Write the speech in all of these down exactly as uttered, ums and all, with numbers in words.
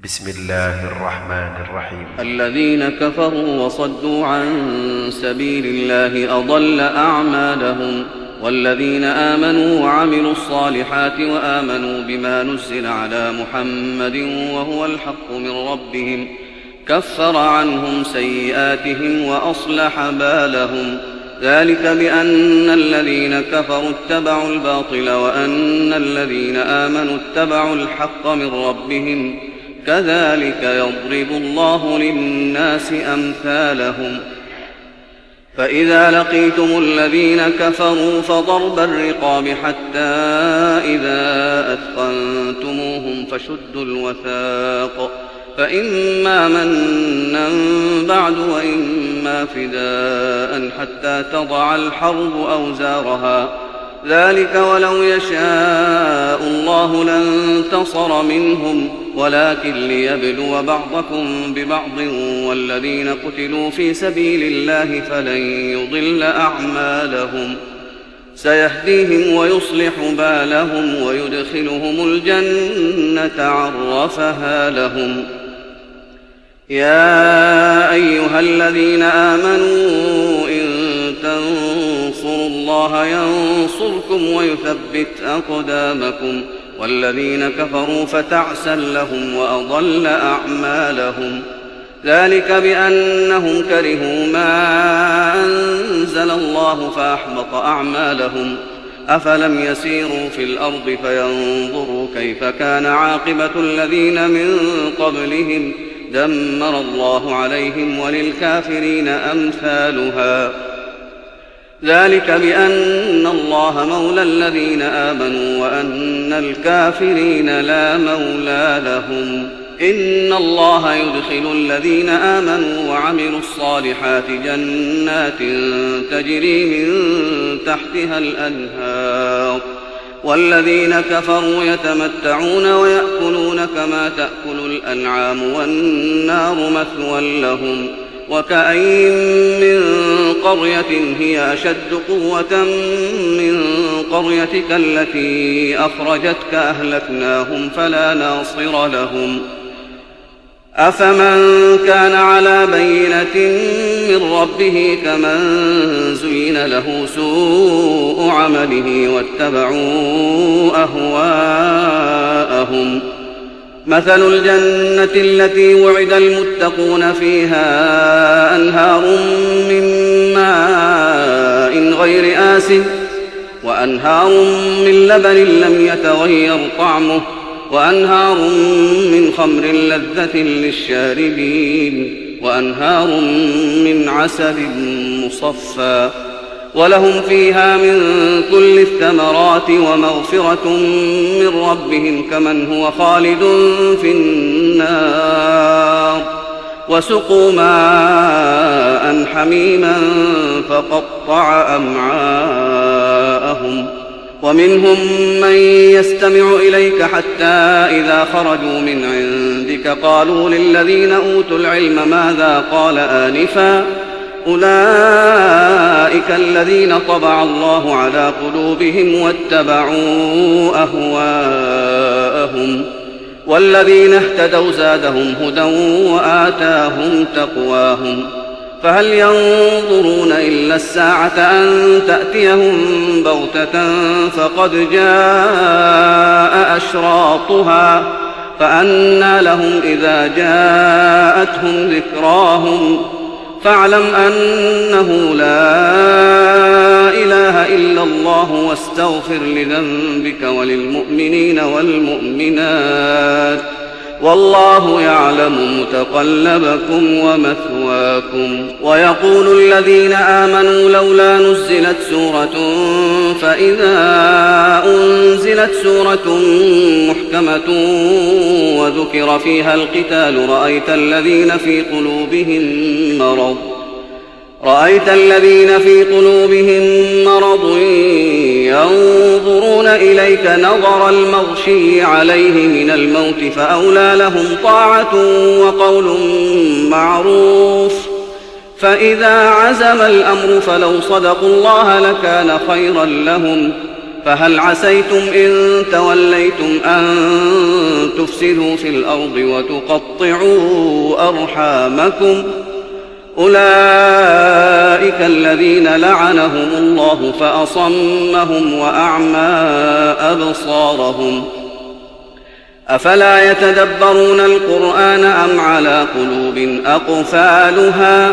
بسم الله الرحمن الرحيم. الذين كفروا وصدوا عن سبيل الله أضل أعمالهم، والذين آمنوا وعملوا الصالحات وآمنوا بما نزل على محمد وهو الحق من ربهم كفر عنهم سيئاتهم وأصلح بالهم. ذلك بأن الذين كفروا اتبعوا الباطل وأن الذين آمنوا اتبعوا الحق من ربهم، كذلك يضرب الله للناس أمثالهم. فإذا لقيتم الذين كفروا فضرب الرقاب حتى إذا أثخنتموهم فشدوا الوثاق، فإما منا بعد وإما فداء حتى تضع الحرب أوزارها، ذلك ولو يشاء الله لانتصر منهم ولكن ليبلو بعضكم ببعض، والذين قتلوا في سبيل الله فلن يضل أعمالهم، سيهديهم ويصلح بالهم ويدخلهم الجنة عرفها لهم. يا أيها الذين آمنوا إن تنصروا الله ينصركم ويثبت أقدامكم، والذين كفروا فتعسا لهم وأضل أعمالهم. ذلك بأنهم كرهوا ما أنزل الله فأحبط أعمالهم. أفلم يسيروا في الأرض فينظروا كيف كان عاقبة الذين من قبلهم، دمر الله عليهم وللكافرين أمثالها. ذلك بأن الله مولى الذين آمنوا وأن الكافرين لا مولى لهم. إن الله يدخل الذين آمنوا وعملوا الصالحات جنات تجري من تحتها الأنهار، والذين كفروا يتمتعون ويأكلون كما تأكل الأنعام والنار مثوى لهم. وكأين من قرية هي أشد قوة من قريتك التي أخرجتك أهلكناهم فلا ناصر لهم. أفمن كان على بينة من ربه كمن زين له سوء عمله واتبعوا أهواءهم. مثل الجنة التي وعد المتقون فيها أنهار من ماء غير آسن وأنهار من لبن لم يتغير طعمه وأنهار من خمر لذة للشاربين وأنهار من عسل مصفى، ولهم فيها من كل الثمرات ومغفرة من ربهم كمن هو خالد في النار، وسقوا ماء حميما فقطع أمعاءهم. ومنهم من يستمع إليك حتى إذا خرجوا من عندك قالوا للذين أوتوا العلم ماذا قال آنفا، أولئك الذين طبع الله على قلوبهم واتبعوا أهواءهم، والذين اهتدوا زادهم هدى وآتاهم تقواهم. فهل ينظرون إلا الساعة أن تأتيهم بغتة فقد جاء أشراطها، فأنى لهم إذا جاءتهم ذكراهم. فاعلم أنه لا إله إلا الله واستغفر لذنبك وللمؤمنين والمؤمنات، والله يعلم متقلبكم ومثواكم. ويقول الذين آمنوا لولا نزلت سورة، فإذا أنزلت سورة محكمة وذكر فيها القتال رأيت الذين في قلوبهم مرض رأيت الذين في قلوبهم مرض ينظرون إليك نظر المغشي عليه من الموت، فأولى لهم طاعة وقول معروف. فإذا عزم الأمر فلو صدقوا الله لكان خيرا لهم. فهل عسيتم إن توليتم أن تفسدوا في الأرض وتقطعوا أرحامكم أولئك الذين لعنهم الله فأصمهم وأعمى أبصارهم أفلا يتدبرون القرآن أم على قلوب أقفالها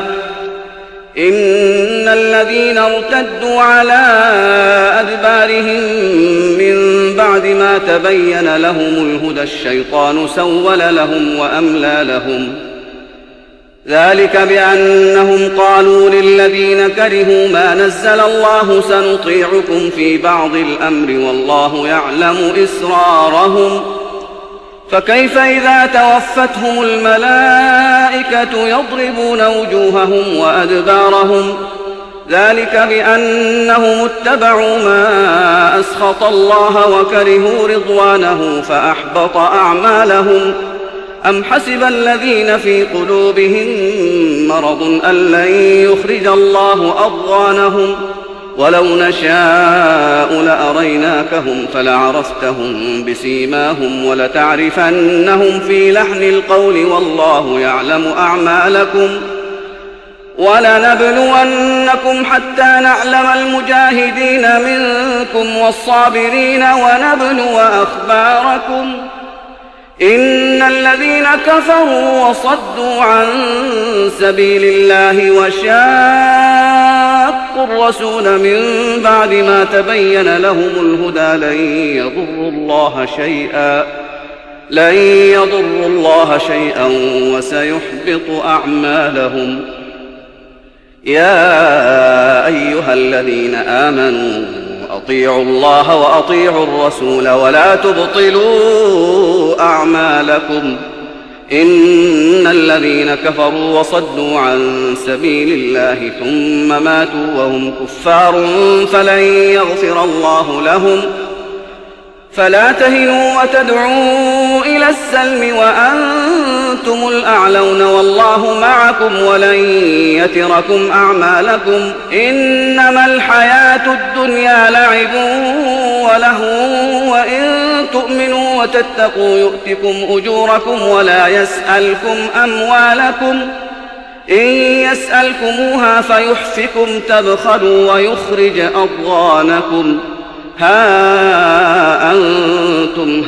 إن الذين ارتدوا على أدبارهم من بعد ما تبين لهم الهدى الشيطان سول لهم وأملى لهم ذلك بأنهم قالوا للذين كرهوا ما نزل الله سنطيعكم في بعض الأمر والله يعلم إسرارهم فكيف إذا توفتهم الملائكة يضربون وجوههم وأدبارهم ذلك بأنهم اتبعوا ما أسخط الله وكرهوا رضوانه فأحبط أعمالهم أم حسب الذين في قلوبهم مرض أن لن يخرج الله أضغانهم ولو نشاء لأريناكهم فلعرفتهم بسيماهم ولتعرفنهم في لحن القول والله يعلم أعمالكم ولنبلونكم حتى نعلم المجاهدين منكم والصابرين ونبلو أخباركم إن الذين كفروا وصدوا عن سبيل الله وشاقوا الرسول من بعد ما تبين لهم الهدى لن يضروا الله شيئا لن يضروا الله شيئا وسيحبط أعمالهم يا أيها الذين آمنوا أطيعوا الله وأطيعوا الرسول ولا تبطلوا أعمالكم إن الذين كفروا وصدوا عن سبيل الله ثم ماتوا وهم كفار فلن يغفر الله لهم فلا تهنوا وتدعوا إلى السلم وأنتم الأعلون والله معكم ولن يتركم أعمالكم إنما الحياة الدنيا لعب ولهو وإن تؤمنوا وتتقوا يؤتكم أجوركم ولا يسألكم أموالكم إن يسألكموها فيحفكم تبخلوا ويخرج أضغانكم ها أنتم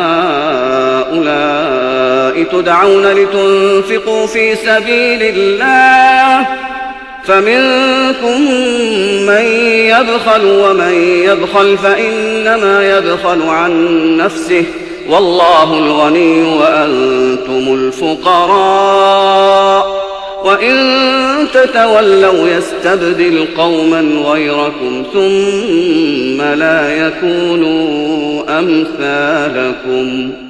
هؤلاء تدعون لتنفقوا في سبيل الله فمنكم من يبخل ومن يبخل فإنما يبخل عن نفسه والله الغني وأنتم الفقراء وإن تتولوا يستبدل قوما غيركم ثم لا يكونوا أمثالكم